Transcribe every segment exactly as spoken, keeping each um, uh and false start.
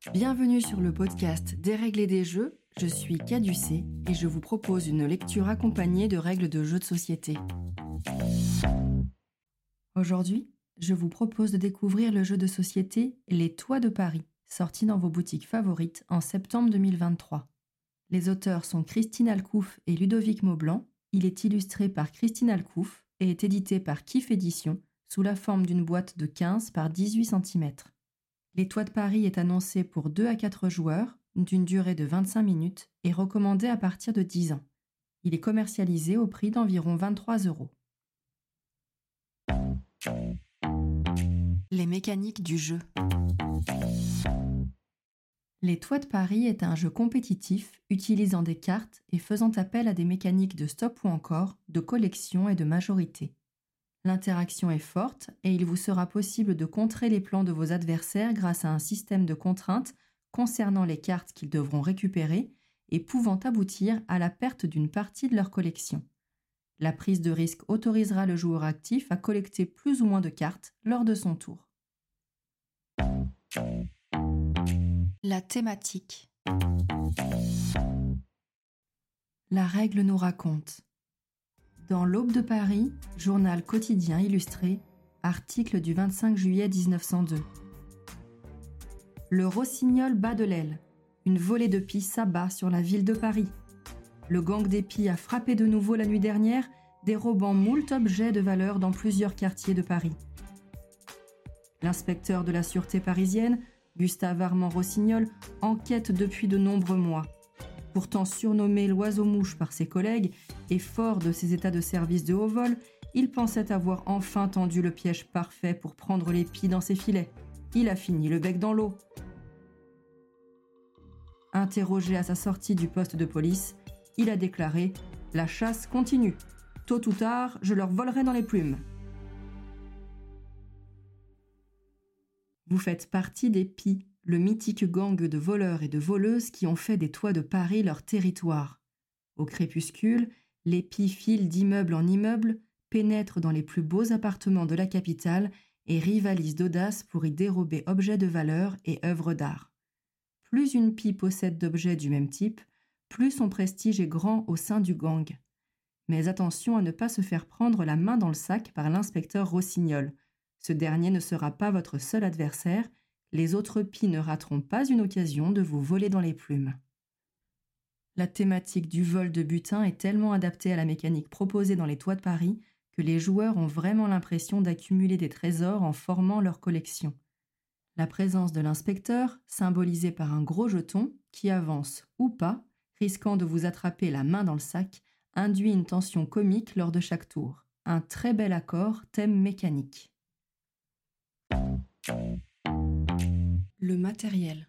Bienvenue sur le podcast Dérégler des jeux, je suis Caducée et je vous propose une lecture accompagnée de règles de jeux de société. Aujourd'hui, je vous propose de découvrir le jeu de société Les Toits de Paris, sorti dans vos boutiques favorites en septembre deux mille vingt-trois. Les auteurs sont Christine Alcouf et Ludovic Maublanc. Il est illustré par Christine Alcouf et est édité par Kif Éditions sous la forme d'une boîte de quinze par dix-huit centimètres. Les Toits de Paris est annoncé pour deux à quatre joueurs, d'une durée de vingt-cinq minutes et recommandé à partir de dix ans. Il est commercialisé au prix d'environ vingt-trois euros. Les mécaniques du jeu. Les Toits de Paris est un jeu compétitif utilisant des cartes et faisant appel à des mécaniques de stop ou encore, de collection et de majorité. L'interaction est forte et il vous sera possible de contrer les plans de vos adversaires grâce à un système de contraintes concernant les cartes qu'ils devront récupérer et pouvant aboutir à la perte d'une partie de leur collection. La prise de risque autorisera le joueur actif à collecter plus ou moins de cartes lors de son tour. La thématique. La règle nous raconte. Dans l'Aube de Paris, journal quotidien illustré, article du vingt-cinq juillet dix-neuf cent deux. Le rossignol bat de l'aile. Une volée de pies s'abat sur la ville de Paris. Le gang des pies a frappé de nouveau la nuit dernière, dérobant moult objets de valeur dans plusieurs quartiers de Paris. L'inspecteur de la sûreté parisienne, Gustave Armand Rossignol, enquête depuis de nombreux mois. Pourtant surnommé l'oiseau-mouche par ses collègues et fort de ses états de service de haut vol, il pensait avoir enfin tendu le piège parfait pour prendre les pies dans ses filets. Il a fini le bec dans l'eau. Interrogé à sa sortie du poste de police, il a déclaré « La chasse continue. Tôt ou tard, je leur volerai dans les plumes. » Vous faites partie des pies, le mythique gang de voleurs et de voleuses qui ont fait des Toits de Paris leur territoire. Au crépuscule, les pies filent d'immeuble en immeuble, pénètrent dans les plus beaux appartements de la capitale et rivalisent d'audace pour y dérober objets de valeur et œuvres d'art. Plus une pie possède d'objets du même type, plus son prestige est grand au sein du gang. Mais attention à ne pas se faire prendre la main dans le sac par l'inspecteur Rossignol. Ce dernier ne sera pas votre seul adversaire. Les autres pies ne rateront pas une occasion de vous voler dans les plumes. La thématique du vol de butin est tellement adaptée à la mécanique proposée dans les Toits de Paris que les joueurs ont vraiment l'impression d'accumuler des trésors en formant leur collection. La présence de l'inspecteur, symbolisée par un gros jeton, qui avance ou pas, risquant de vous attraper la main dans le sac, induit une tension comique lors de chaque tour. Un très bel accord thème mécanique. Le matériel.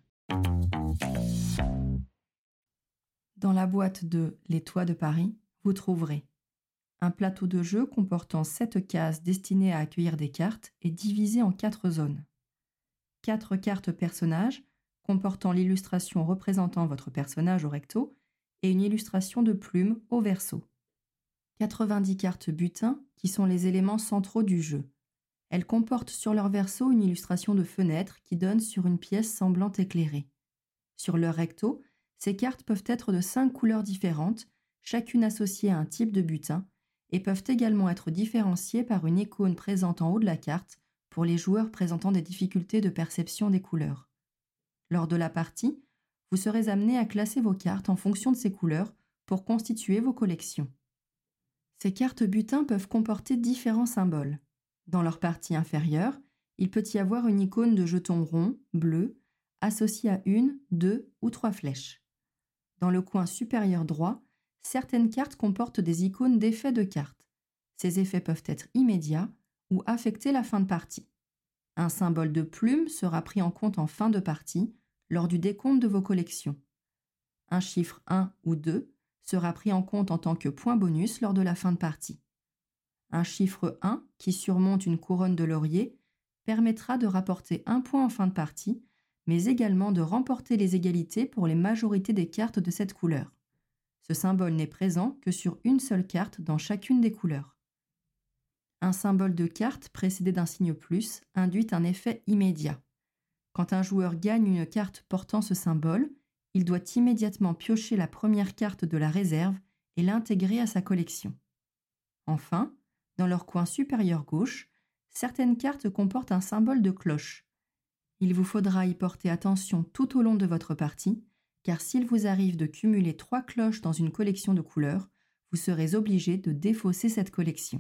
Dans la boîte de Les Toits de Paris, vous trouverez un plateau de jeu comportant sept cases destinées à accueillir des cartes et divisé en quatre zones. Quatre cartes personnages comportant l'illustration représentant votre personnage au recto et une illustration de plumes au verso. quatre-vingt-dix cartes butin qui sont les éléments centraux du jeu. Elles comportent sur leur verso une illustration de fenêtre qui donne sur une pièce semblant éclairée. Sur leur recto, ces cartes peuvent être de cinq couleurs différentes, chacune associée à un type de butin, et peuvent également être différenciées par une icône présente en haut de la carte pour les joueurs présentant des difficultés de perception des couleurs. Lors de la partie, vous serez amené à classer vos cartes en fonction de ces couleurs pour constituer vos collections. Ces cartes butin peuvent comporter différents symboles. Dans leur partie inférieure, il peut y avoir une icône de jeton rond, bleu, associée à une, deux ou trois flèches. Dans le coin supérieur droit, certaines cartes comportent des icônes d'effets de cartes. Ces effets peuvent être immédiats ou affecter la fin de partie. Un symbole de plume sera pris en compte en fin de partie lors du décompte de vos collections. Un chiffre un ou deux sera pris en compte en tant que point bonus lors de la fin de partie. Un chiffre un qui surmonte une couronne de laurier permettra de rapporter un point en fin de partie, mais également de remporter les égalités pour les majorités des cartes de cette couleur. Ce symbole n'est présent que sur une seule carte dans chacune des couleurs. Un symbole de carte précédé d'un signe plus induit un effet immédiat. Quand un joueur gagne une carte portant ce symbole, il doit immédiatement piocher la première carte de la réserve et l'intégrer à sa collection. Enfin, dans leur coin supérieur gauche, certaines cartes comportent un symbole de cloche. Il vous faudra y porter attention tout au long de votre partie, car s'il vous arrive de cumuler trois cloches dans une collection de couleurs, vous serez obligé de défausser cette collection.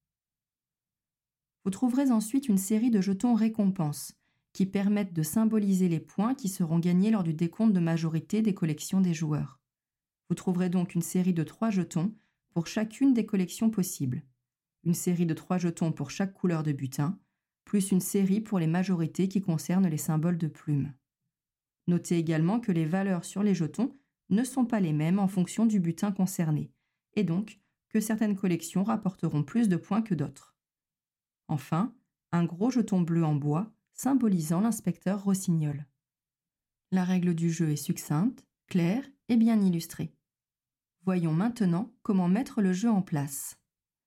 Vous trouverez ensuite une série de jetons récompenses, qui permettent de symboliser les points qui seront gagnés lors du décompte de majorité des collections des joueurs. Vous trouverez donc une série de trois jetons pour chacune des collections possibles, une série de trois jetons pour chaque couleur de butin, plus une série pour les majorités qui concernent les symboles de plumes. Notez également que les valeurs sur les jetons ne sont pas les mêmes en fonction du butin concerné, et donc que certaines collections rapporteront plus de points que d'autres. Enfin, un gros jeton bleu en bois symbolisant l'inspecteur Rossignol. La règle du jeu est succincte, claire et bien illustrée. Voyons maintenant comment mettre le jeu en place.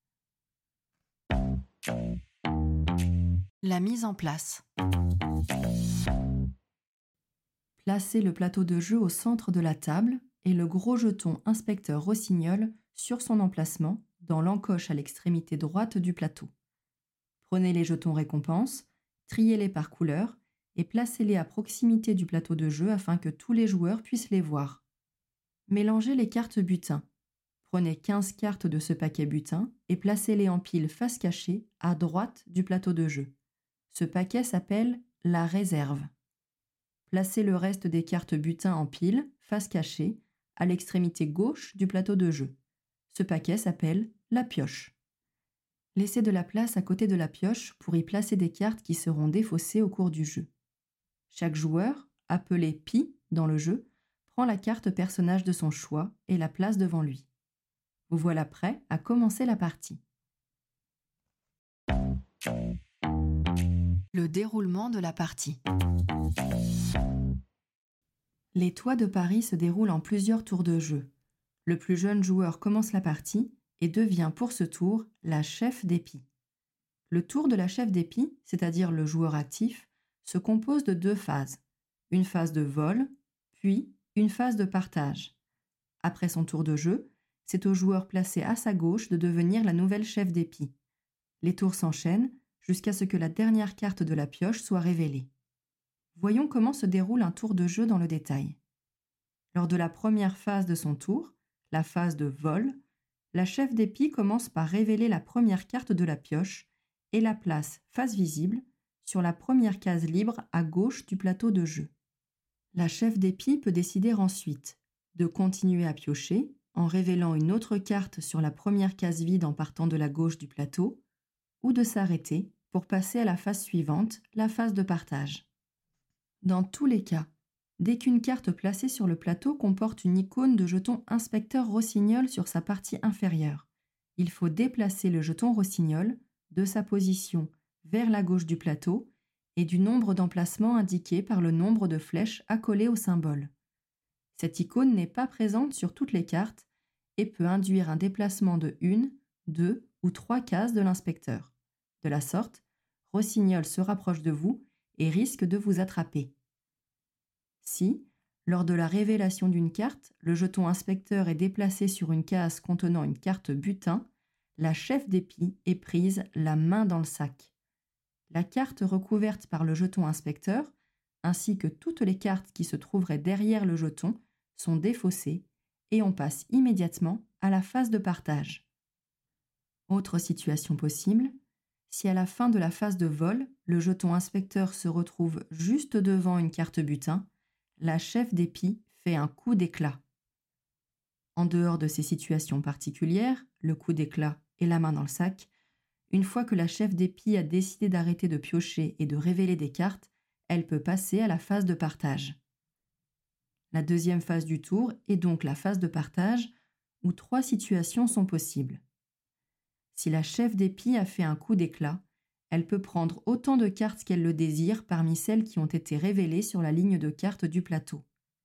La mise en place. Placez le plateau de jeu au centre de la table et le gros jeton inspecteur Rossignol sur son emplacement dans l'encoche à l'extrémité droite du plateau. Prenez les jetons récompenses, triez-les par couleur et placez-les à proximité du plateau de jeu afin que tous les joueurs puissent les voir. Mélangez les cartes butin. Prenez quinze cartes de ce paquet butin et placez-les en pile face cachée à droite du plateau de jeu. Ce paquet s'appelle la réserve. Placez le reste des cartes butin en pile face cachée à l'extrémité gauche du plateau de jeu. Ce paquet s'appelle la pioche. Laissez de la place à côté de la pioche pour y placer des cartes qui seront défaussées au cours du jeu. Chaque joueur, appelé Pi dans le jeu, prend la carte personnage de son choix et la place devant lui. Vous voilà prêt à commencer la partie. Le déroulement de la partie. Les toits de Paris se déroulent en plusieurs tours de jeu. Le plus jeune joueur commence la partie et devient pour ce tour la chef d'épi. Le tour de la chef d'épi, c'est-à-dire le joueur actif, se compose de deux phases, une phase de vol, puis une phase de partage. Après son tour de jeu, c'est au joueur placé à sa gauche de devenir la nouvelle chef d'épi. Les tours s'enchaînent jusqu'à ce que la dernière carte de la pioche soit révélée. Voyons comment se déroule un tour de jeu dans le détail. Lors de la première phase de son tour, la phase de vol, la chef d'épi commence par révéler la première carte de la pioche et la place face visible sur la première case libre à gauche du plateau de jeu. La chef d'épi peut décider ensuite de continuer à piocher en révélant une autre carte sur la première case vide en partant de la gauche du plateau, ou de s'arrêter pour passer à la phase suivante, la phase de partage. Dans tous les cas, dès qu'une carte placée sur le plateau comporte une icône de jeton inspecteur Rossignol sur sa partie inférieure, il faut déplacer le jeton Rossignol de sa position vers la gauche du plateau et du nombre d'emplacements indiqué par le nombre de flèches accolées au symbole. Cette icône n'est pas présente sur toutes les cartes et peut induire un déplacement de une, deux ou trois cases de l'inspecteur. De la sorte, Rossignol se rapproche de vous et risque de vous attraper. Si, lors de la révélation d'une carte, le jeton inspecteur est déplacé sur une case contenant une carte butin, la chef d'épi est prise la main dans le sac. La carte recouverte par le jeton inspecteur, ainsi que toutes les cartes qui se trouveraient derrière le jeton, sont défaussées et on passe immédiatement à la phase de partage. Autre situation possible, si à la fin de la phase de vol, le jeton inspecteur se retrouve juste devant une carte butin, la chef d'épi fait un coup d'éclat. En dehors de ces situations particulières, le coup d'éclat et la main dans le sac, une fois que la chef d'épi a décidé d'arrêter de piocher et de révéler des cartes, elle peut passer à la phase de partage. La deuxième phase du tour est donc la phase de partage où trois situations sont possibles. Si la chef d'épi a fait un coup d'éclat, elle peut prendre autant de cartes qu'elle le désire parmi celles qui ont été révélées sur la ligne de cartes du plateau.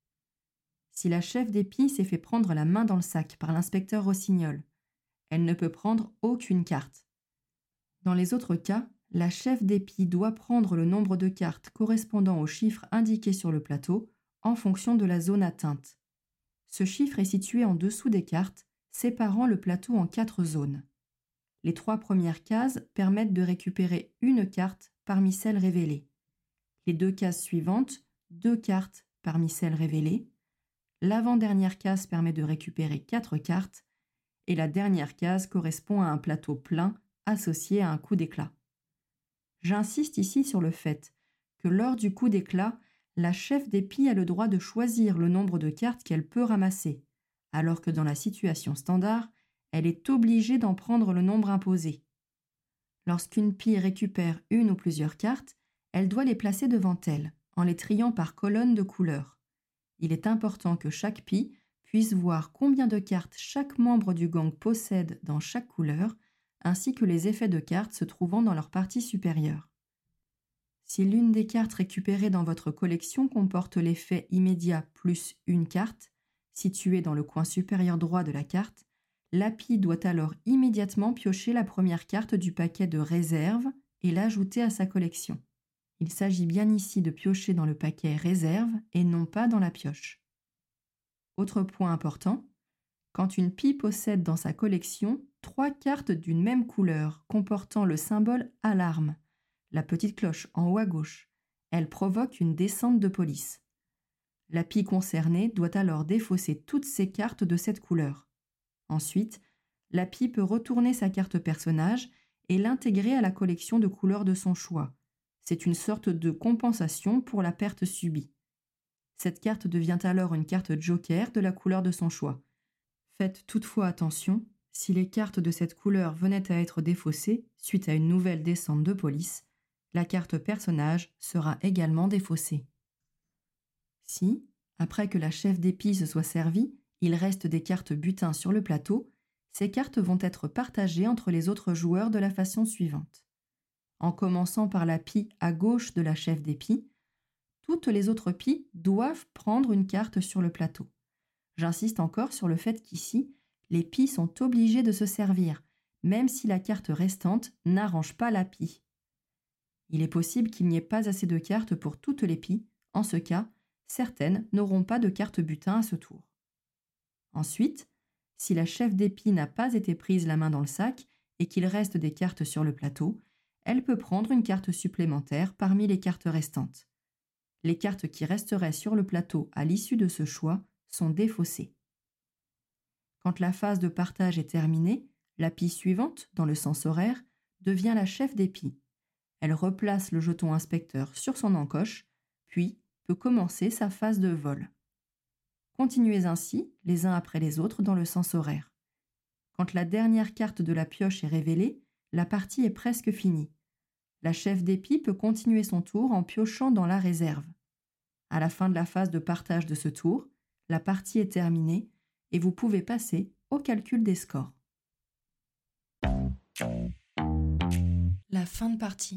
Si la chef d'épi s'est fait prendre la main dans le sac par l'inspecteur Rossignol, elle ne peut prendre aucune carte. Dans les autres cas, La chef d'épi doit prendre le nombre de cartes correspondant au chiffre indiqué sur le plateau en fonction de la zone atteinte. Ce chiffre est situé en dessous des cartes, séparant le plateau en quatre zones. Les trois premières cases permettent de récupérer une carte parmi celles révélées. Les deux cases suivantes, deux cartes parmi celles révélées. L'avant-dernière case permet de récupérer quatre cartes et la dernière case correspond à un plateau plein associé à un coup d'éclat. J'insiste ici sur le fait que lors du coup d'éclat, la chef d'épi a le droit de choisir le nombre de cartes qu'elle peut ramasser, alors que dans la situation standard, elle est obligée d'en prendre le nombre imposé. Lorsqu'une pie récupère une ou plusieurs cartes, elle doit les placer devant elle, en les triant par colonne de couleurs. Il est important que chaque pie puisse voir combien de cartes chaque membre du gang possède dans chaque couleur, ainsi que les effets de cartes se trouvant dans leur partie supérieure. Si l'une des cartes récupérées dans votre collection comporte l'effet immédiat plus une carte, située dans le coin supérieur droit de la carte, la pie doit alors immédiatement piocher la première carte du paquet de réserve et l'ajouter à sa collection. Il s'agit bien ici de piocher dans le paquet réserve et non pas dans la pioche. Autre point important, quand une pie possède dans sa collection trois cartes d'une même couleur comportant le symbole alarme, la petite cloche en haut à gauche, elle provoque une descente de police. La pie concernée doit alors défausser toutes ses cartes de cette couleur. Ensuite, la pie peut retourner sa carte personnage et l'intégrer à la collection de couleurs de son choix. C'est une sorte de compensation pour la perte subie. Cette carte devient alors une carte joker de la couleur de son choix. Faites toutefois attention, si les cartes de cette couleur venaient à être défaussées suite à une nouvelle descente de police, la carte personnage sera également défaussée. Si, après que la chef d'épi se soit servie, il reste des cartes butin sur le plateau, ces cartes vont être partagées entre les autres joueurs de la façon suivante. En commençant par la pie à gauche de la chef d'épi, toutes les autres pies doivent prendre une carte sur le plateau. J'insiste encore sur le fait qu'ici, les pies sont obligées de se servir, même si la carte restante n'arrange pas la pie. Il est possible qu'il n'y ait pas assez de cartes pour toutes les pies. En ce cas, certaines n'auront pas de carte butin à ce tour. Ensuite, si la chef d'épi n'a pas été prise la main dans le sac et qu'il reste des cartes sur le plateau, elle peut prendre une carte supplémentaire parmi les cartes restantes. Les cartes qui resteraient sur le plateau à l'issue de ce choix sont défaussées. Quand la phase de partage est terminée, la pie suivante, dans le sens horaire, devient la chef d'épi. Elle replace le jeton inspecteur sur son encoche, puis peut commencer sa phase de vol. Continuez ainsi, les uns après les autres, dans le sens horaire. Quand la dernière carte de la pioche est révélée, la partie est presque finie. La chef d'épi peut continuer son tour en piochant dans la réserve. À la fin de la phase de partage de ce tour, la partie est terminée et vous pouvez passer au calcul des scores. La fin de partie.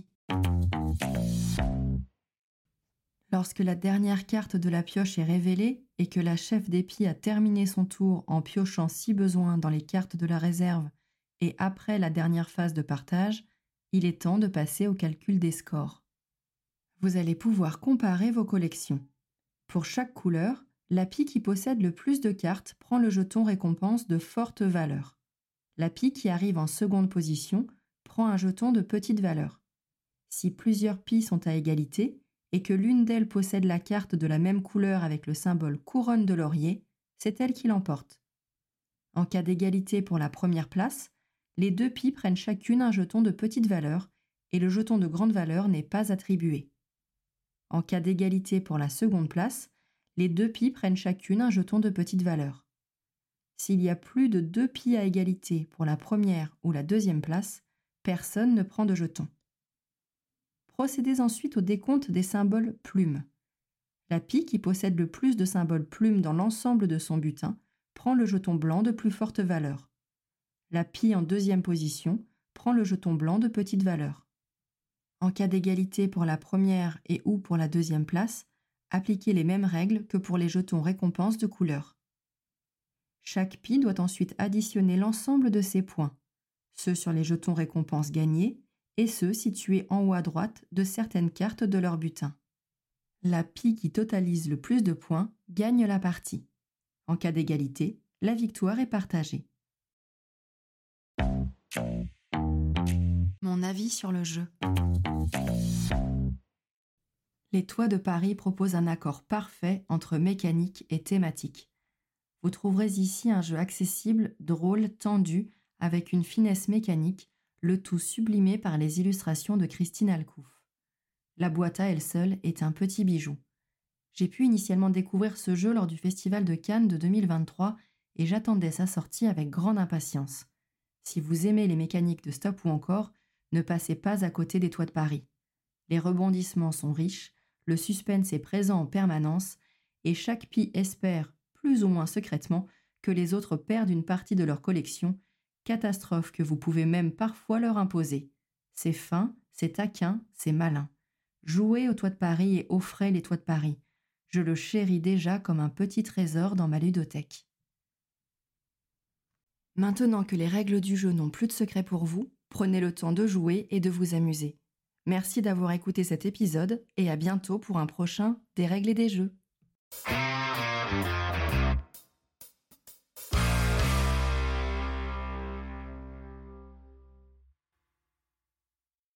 Lorsque la dernière carte de la pioche est révélée et que la chef d'épi a terminé son tour en piochant si besoin dans les cartes de la réserve et après la dernière phase de partage, il est temps de passer au calcul des scores. Vous allez pouvoir comparer vos collections. Pour chaque couleur, la pie qui possède le plus de cartes prend le jeton récompense de forte valeur. La pie qui arrive en seconde position prend un jeton de petite valeur. Si plusieurs pies sont à égalité et que l'une d'elles possède la carte de la même couleur avec le symbole couronne de laurier, c'est elle qui l'emporte. En cas d'égalité pour la première place, les deux pies prennent chacune un jeton de petite valeur et le jeton de grande valeur n'est pas attribué. En cas d'égalité pour la seconde place, les deux pies prennent chacune un jeton de petite valeur. S'il y a plus de deux pies à égalité pour la première ou la deuxième place, personne ne prend de jeton. Procédez ensuite au décompte des symboles plumes. La pie qui possède le plus de symboles plumes dans l'ensemble de son butin prend le jeton blanc de plus forte valeur. La pie en deuxième position prend le jeton blanc de petite valeur. En cas d'égalité pour la première et ou pour la deuxième place, appliquez les mêmes règles que pour les jetons récompenses de couleur. Chaque pie doit ensuite additionner l'ensemble de ses points, ceux sur les jetons récompenses gagnés et ceux situés en haut à droite de certaines cartes de leur butin. La pie qui totalise le plus de points gagne la partie. En cas d'égalité, la victoire est partagée. Mon avis sur le jeu. Les Toits de Paris proposent un accord parfait entre mécanique et thématique. Vous trouverez ici un jeu accessible, drôle, tendu, avec une finesse mécanique, le tout sublimé par les illustrations de Christine Alcouf. La boîte à elle seule est un petit bijou. J'ai pu initialement découvrir ce jeu lors du Festival de Cannes de deux mille vingt-trois et j'attendais sa sortie avec grande impatience. Si vous aimez les mécaniques de Stop ou encore, ne passez pas à côté des Toits de Paris. Les rebondissements sont riches, le suspense est présent en permanence et chaque pie espère, plus ou moins secrètement, que les autres perdent une partie de leur collection, catastrophe que vous pouvez même parfois leur imposer. C'est fin, c'est taquin, c'est malin. Jouez aux Toits de Paris et offrez les Toits de Paris. Je le chéris déjà comme un petit trésor dans ma ludothèque. Maintenant que les règles du jeu n'ont plus de secret pour vous, prenez le temps de jouer et de vous amuser. Merci d'avoir écouté cet épisode et à bientôt pour un prochain Des règles et des jeux.